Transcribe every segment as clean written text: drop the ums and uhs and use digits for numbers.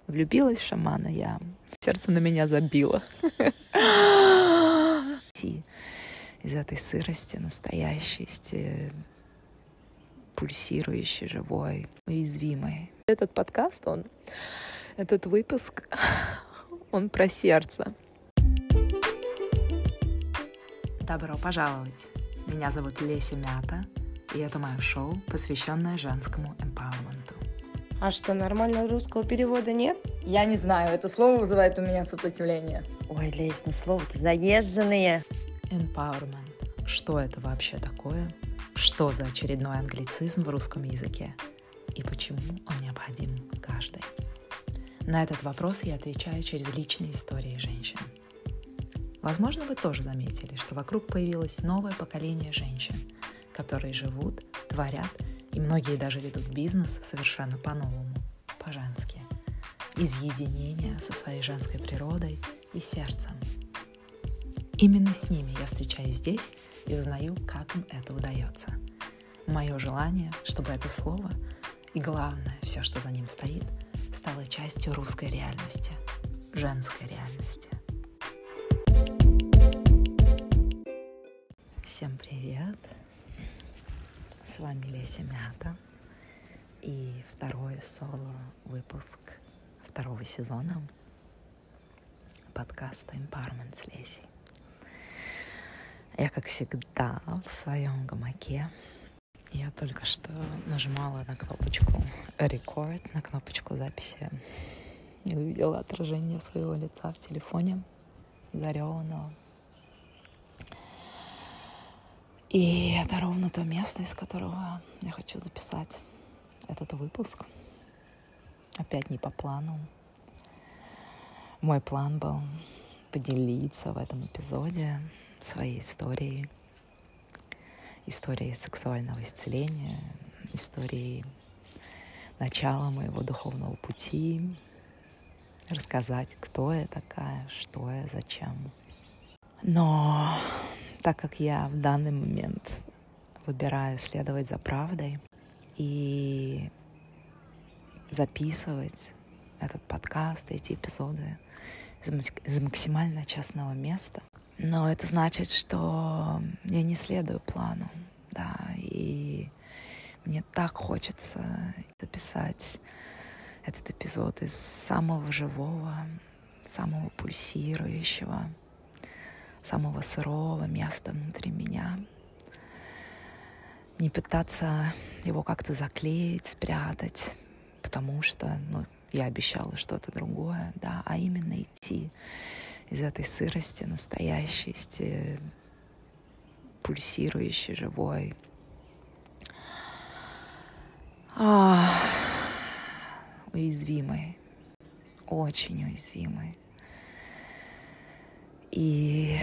влюбилась в шамана я. Сердце на меня забило. Из этой сырости, настоящести, пульсирующей, живой, уязвимой. Этот подкаст, этот выпуск, он про сердце. Добро пожаловать! Меня зовут Леся Мята, и это мое шоу, посвященное женскому эмпауэрменту. А что, нормального русского перевода нет? Я не знаю, это слово вызывает у меня сопротивление. Ой, Лесь, ну слово-то заезженные. Empowerment. Что это вообще такое? Что за очередной англицизм в русском языке? И почему он необходим каждой? На этот вопрос я отвечаю через личные истории женщин. Возможно, вы тоже заметили, что вокруг появилось новое поколение женщин, которые живут, творят, и многие даже ведут бизнес совершенно по-новому, по-женски, из единения со своей женской природой и сердцем. Именно с ними я встречаюсь здесь и узнаю, как им это удается. Мое желание, чтобы это слово и, главное, все, что за ним стоит, стало частью русской реальности, женской реальности. Всем привет! С вами Леся Мята и второй соло-выпуск второго сезона подкаста Empowerment с Лесей. Я, как всегда, в своем гамаке. Я только что нажимала на кнопочку Record, на кнопочку записи, и увидела отражение своего лица в телефоне, зареванного. И это ровно то место, из которого я хочу записать этот выпуск. Опять не по плану. Мой план был поделиться в этом эпизоде своей историей сексуального исцеления, историей начала моего духовного пути, рассказать, кто я такая, что я, зачем. Но так как я в данный момент выбираю следовать за правдой и записывать этот подкаст, эти эпизоды из максимально частного места, но это значит, что я не следую плану, да, и мне так хочется записать этот эпизод из самого живого, самого пульсирующего, самого сырого места внутри меня. Не пытаться его как-то заклеить, спрятать, потому что, я обещала что-то другое, да, а именно идти из этой сырости, настоящести, пульсирующей, живой. Уязвимой, очень уязвимой. И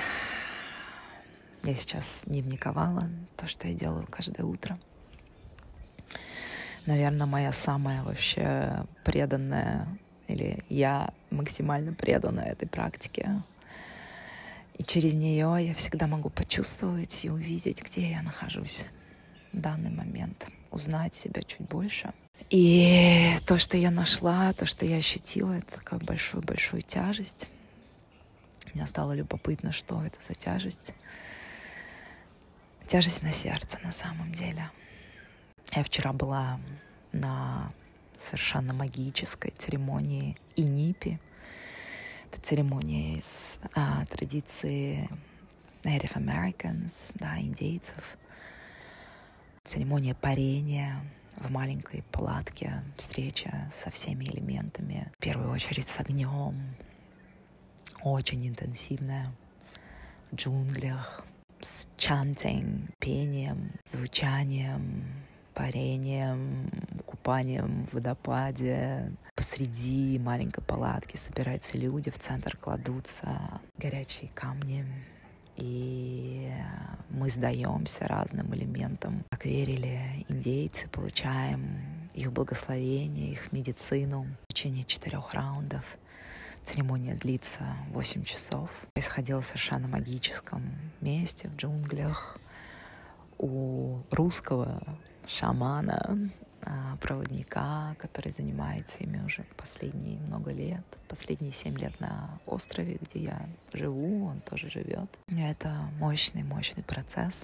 я сейчас дневниковала то, что я делаю каждое утро. Наверное, моя самая вообще преданная, или я максимально предана этой практике. И через нее я всегда могу почувствовать и увидеть, где я нахожусь в данный момент, узнать себя чуть больше. И то, что я нашла, то, что я ощутила, это такая большую-большую тяжесть. Мне стало любопытно, что это за тяжесть. Тяжесть на сердце на самом деле. Я вчера была на совершенно магической церемонии Инипи. Это церемония из традиции Native Americans, да, индейцев. Церемония парения в маленькой палатке, встреча со всеми элементами. В первую очередь с огнем. Очень интенсивная, в джунглях, с чантинг, пением, звучанием, парением, купанием в водопаде. Посреди маленькой палатки собираются люди, в центр кладутся горячие камни, и мы сдаемся разным элементам. Как верили индейцы, получаем их благословение, их медицину в течение 4 раундов. Церемония длится 8 часов. Происходило в совершенно магическом месте, в джунглях, у русского шамана, проводника, который занимается ими уже последние много лет, последние 7 лет на острове, где я живу, он тоже живет. Это мощный процесс.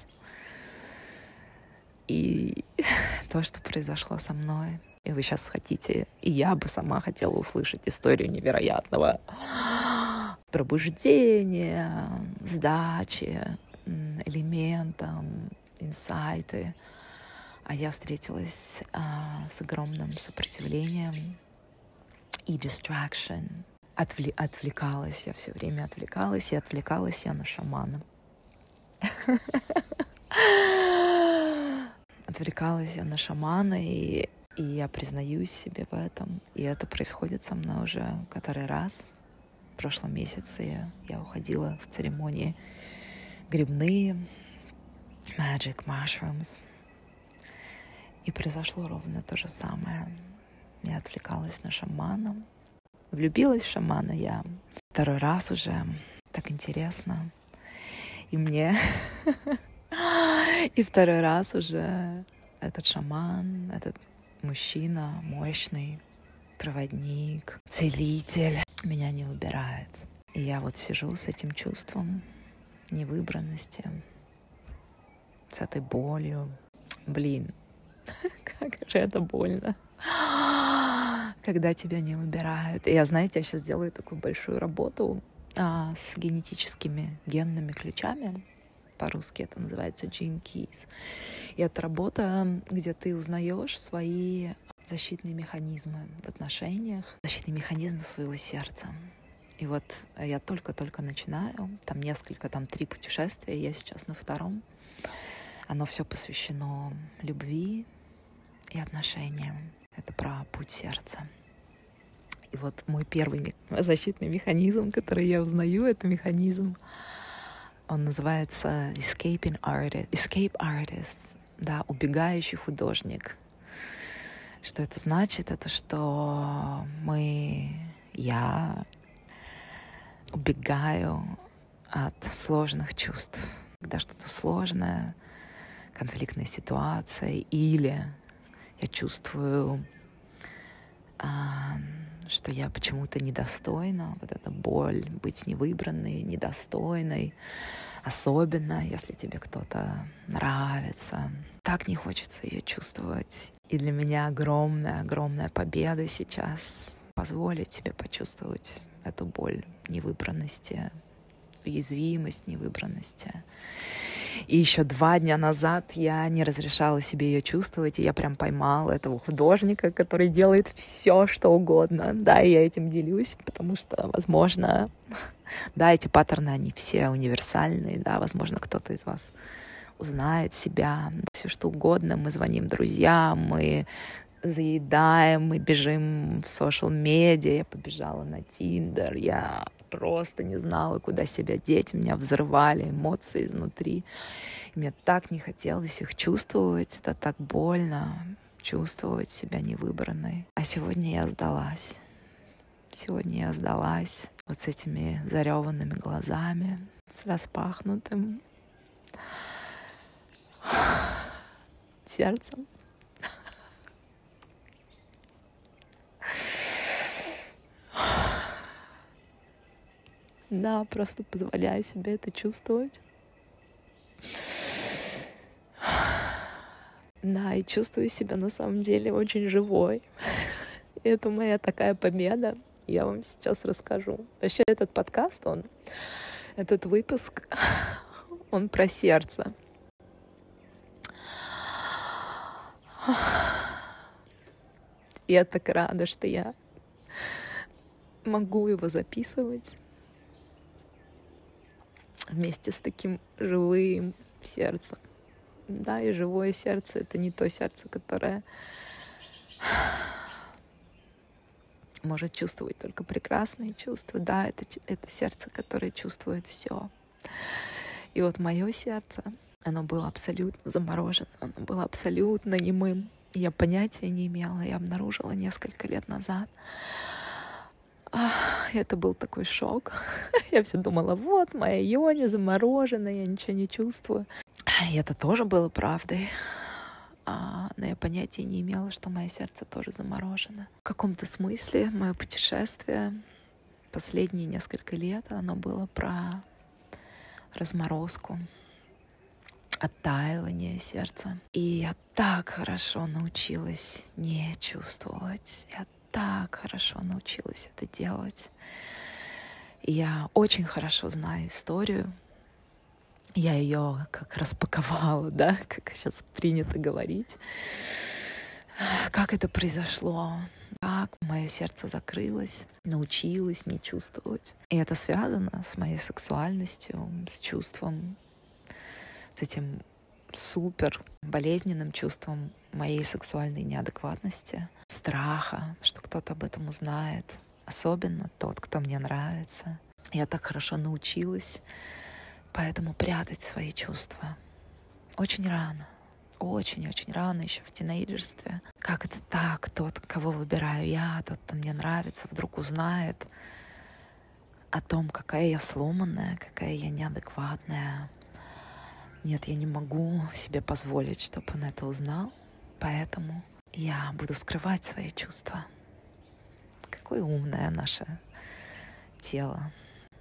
И то, что произошло со мной, и вы сейчас хотите, и я бы сама хотела услышать историю невероятного пробуждения, сдачи элементам, инсайты. А я встретилась с огромным сопротивлением и distraction. Отвлекалась, я все время отвлекалась, и отвлекалась я на шамана. Отвлекалась я на шамана, и я признаюсь себе в этом. И это происходит со мной уже который раз. В прошлом месяце я уходила в церемонии грибные, magic mushrooms. И произошло ровно то же самое. Я отвлекалась на шамана. Влюбилась в шамана я второй раз уже. Так интересно. И мне... И второй раз уже этот шаман, этот мужчина мощный, проводник, целитель меня не выбирает. И я вот сижу с этим чувством невыбранности, с этой болью. Блин, как же это больно, когда тебя не выбирают. И я, знаете, я сейчас делаю такую большую работу с генетическими генными ключами. По-русски это называется Gene Keys. И это работа, где ты узнаешь свои защитные механизмы в отношениях, защитные механизмы своего сердца. И вот я только-только начинаю. Там 3 путешествия, я сейчас на 2. Оно все посвящено любви и отношениям. Это про путь сердца. И вот мой первый защитный механизм, который я узнаю, это механизм, он называется escape artist, да, убегающий художник. Что это значит? Это что я убегаю от сложных чувств. Когда что-то сложное, конфликтная ситуация, или я чувствую, что я почему-то недостойна, вот эта боль быть невыбранной, недостойной, особенно если тебе кто-то нравится. Так не хочется ее чувствовать. И для меня огромная победа сейчас позволить себе почувствовать эту боль невыбранности, уязвимость невыбранности. И еще 2 дня назад я не разрешала себе ее чувствовать, и я прям поймала этого художника, который делает все, что угодно. Да, и я этим делюсь, потому что, возможно, да, эти паттерны, они все универсальные, да, возможно, кто-то из вас узнает себя, все что угодно. Мы звоним друзьям, мы заедаем, мы бежим в social-медиа, я побежала на Tinder, я просто не знала, куда себя деть, меня взрывали эмоции изнутри. И мне так не хотелось их чувствовать, это так больно чувствовать себя невыбранной. А сегодня я сдалась. Сегодня я сдалась вот с этими зареванными глазами, с распахнутым сердцем. Да, просто позволяю себе это чувствовать. Да, и чувствую себя на самом деле очень живой. И это моя такая победа. Я вам сейчас расскажу. Вообще этот подкаст, этот выпуск, он про сердце. И я так рада, что я могу его записывать вместе с таким живым сердцем. Да, и живое сердце — это не то сердце, которое может чувствовать только прекрасные чувства. Да, это сердце, которое чувствует все. И вот мое сердце, оно было абсолютно заморожено, оно было абсолютно немым. Я понятия не имела, я обнаружила несколько лет назад. Это был такой шок. Я все думала, вот, моя Йоня заморожена, я ничего не чувствую. И это тоже было правдой. но я понятия не имела, что мое сердце тоже заморожено. В каком-то смысле мое путешествие последние несколько лет, оно было про разморозку, оттаивание сердца. И я так хорошо научилась не чувствовать. Я так хорошо научилась это делать. И я очень хорошо знаю историю. Я ее как распаковала, да, как сейчас принято говорить. Как это произошло, как мое сердце закрылось, научилась не чувствовать. И это связано с моей сексуальностью, с чувством, с этим супер болезненным чувством моей сексуальной неадекватности, страха, что кто-то об этом узнает, особенно тот, кто мне нравится. Я так хорошо научилась поэтому прятать свои чувства. Очень рано, очень-очень рано, еще в тинейджерстве. Как это так? Тот, кого выбираю я, тот, кто мне нравится, вдруг узнает о том, какая я сломанная, какая я неадекватная. Нет, я не могу себе позволить, чтобы он это узнал, поэтому я буду скрывать свои чувства. Какое умное наше тело.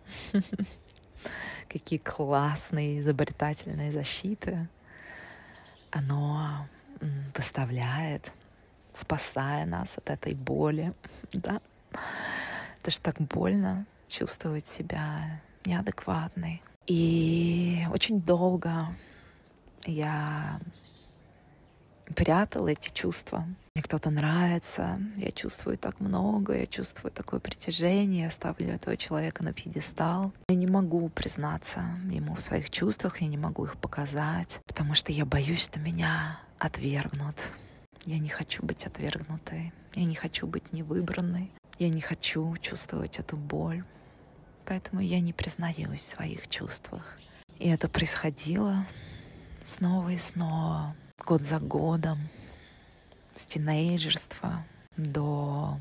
Какие классные, изобретательные защиты оно выставляет, спасая нас от этой боли. Да? Это ж так больно чувствовать себя неадекватной. И очень долго я прятала эти чувства. Мне кто-то нравится, я чувствую так много, я чувствую такое притяжение, я ставлю этого человека на пьедестал. Я не могу признаться ему в своих чувствах, я не могу их показать, потому что я боюсь, что меня отвергнут. Я не хочу быть отвергнутой, я не хочу быть невыбранной, я не хочу чувствовать эту боль, поэтому я не признаюсь в своих чувствах. И это происходило снова и снова, год за годом, с тинейджерства до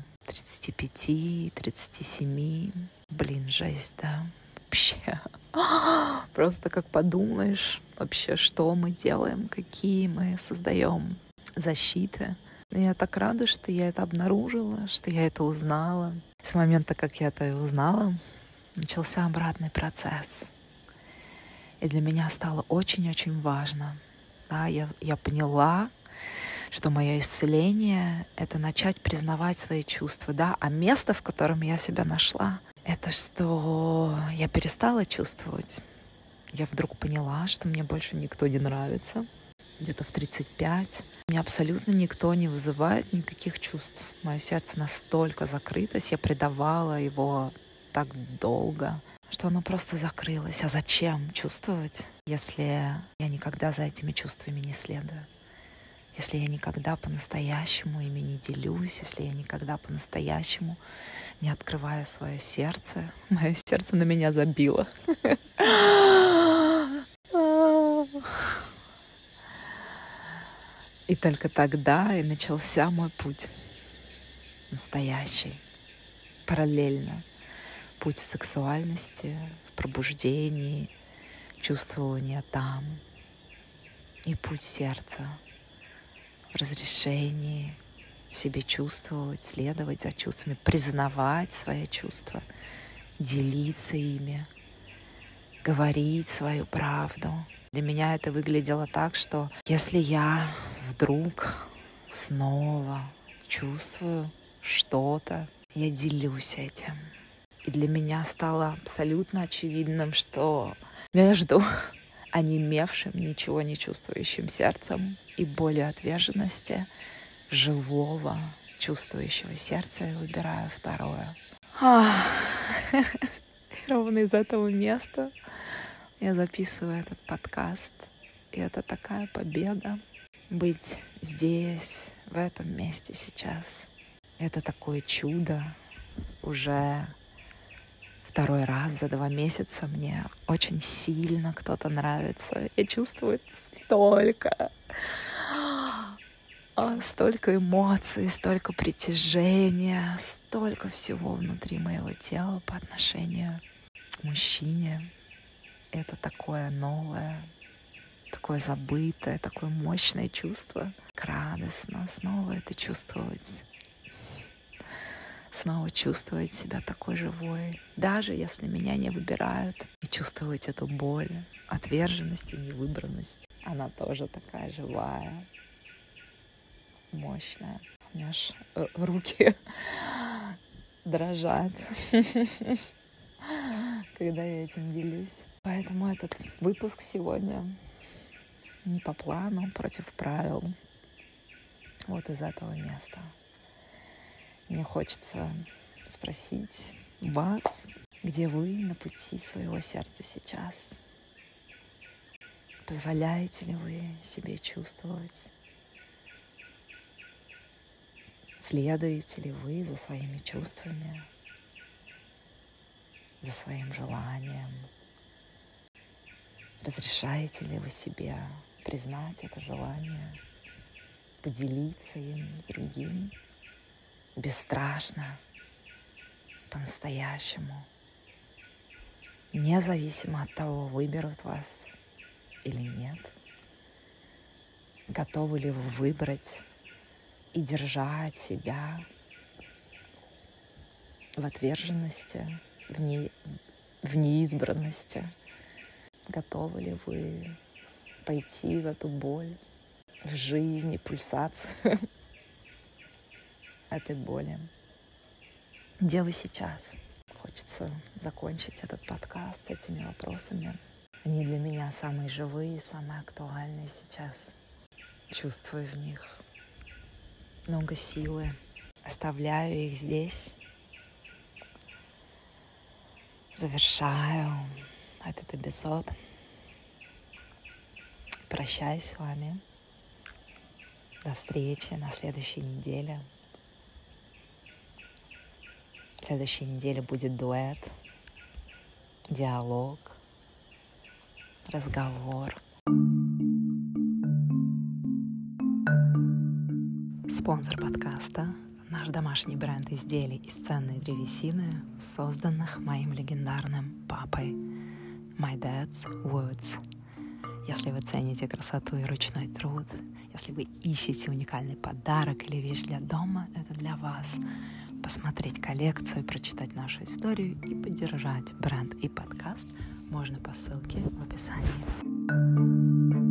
35-37. Блин, жесть, да? Вообще. Просто как подумаешь, вообще, что мы делаем, какие мы создаем защиты. И я так рада, что я это обнаружила, что я это узнала. С момента, как я это узнала, начался обратный процесс. И для меня стало очень-очень важно. Да, я поняла, что мое исцеление — это начать признавать свои чувства, да, а место, в котором я себя нашла, это что я перестала чувствовать. Я вдруг поняла, что мне больше никто не нравится. Где-то в 35. Мне абсолютно никто не вызывает никаких чувств. Мое сердце настолько закрытось, я предавала его так долго, что оно просто закрылось. А зачем чувствовать, если я никогда за этими чувствами не следую? Если я никогда по-настоящему ими не делюсь, если я никогда по-настоящему не открываю свое сердце, мое сердце на меня забило. И только тогда и начался мой путь настоящий, параллельно. Путь в сексуальности, в пробуждении, чувствование там. И путь сердца, в разрешении себе чувствовать, следовать за чувствами, признавать свои чувства, делиться ими, говорить свою правду. Для меня это выглядело так, что если я вдруг снова чувствую что-то, я делюсь этим. И для меня стало абсолютно очевидным, что между онемевшим, ничего не чувствующим сердцем и болью отверженности живого, чувствующего сердца я выбираю второе. Ровно из этого места я записываю этот подкаст. И это такая победа быть здесь, в этом месте сейчас. Это такое чудо. Уже второй раз за 2 месяца мне очень сильно кто-то нравится. Я чувствую столько эмоций, столько притяжения, столько всего внутри моего тела по отношению к мужчине. Это такое новое, такое забытое, такое мощное чувство. Радостно снова это чувствовать. Снова чувствовать себя такой живой, даже если меня не выбирают. И чувствовать эту боль, отверженность и невыбранность. Она тоже такая живая, мощная. У меня аж руки дрожат, когда я этим делюсь. Поэтому этот выпуск сегодня не по плану, против правил. Вот из этого места. Мне хочется спросить вас, где вы на пути своего сердца сейчас? Позволяете ли вы себе чувствовать? Следуете ли вы за своими чувствами, за своим желанием? Разрешаете ли вы себе признать это желание, поделиться им с другим бесстрашно, по-настоящему, независимо от того, выберут вас или нет? Готовы ли вы выбрать и держать себя в отверженности, в неизбранности? Готовы ли вы пойти в эту боль, в жизнь и пульсацию этой боли? Где вы сейчас? Хочется закончить этот подкаст с этими вопросами. Они для меня самые живые, самые актуальные сейчас. Чувствую в них много силы. Оставляю их здесь. Завершаю этот эпизод. Прощаюсь с вами. До встречи на следующей неделе. В следующей неделе будет дуэт, диалог, разговор. Спонсор подкаста — наш домашний бренд изделий из ценной древесины, созданных моим легендарным папой My Dad's Woods. Если вы цените красоту и ручной труд, если вы ищете уникальный подарок или вещь для дома, это для вас. Посмотреть коллекцию, прочитать нашу историю и поддержать бренд и подкаст можно по ссылке в описании.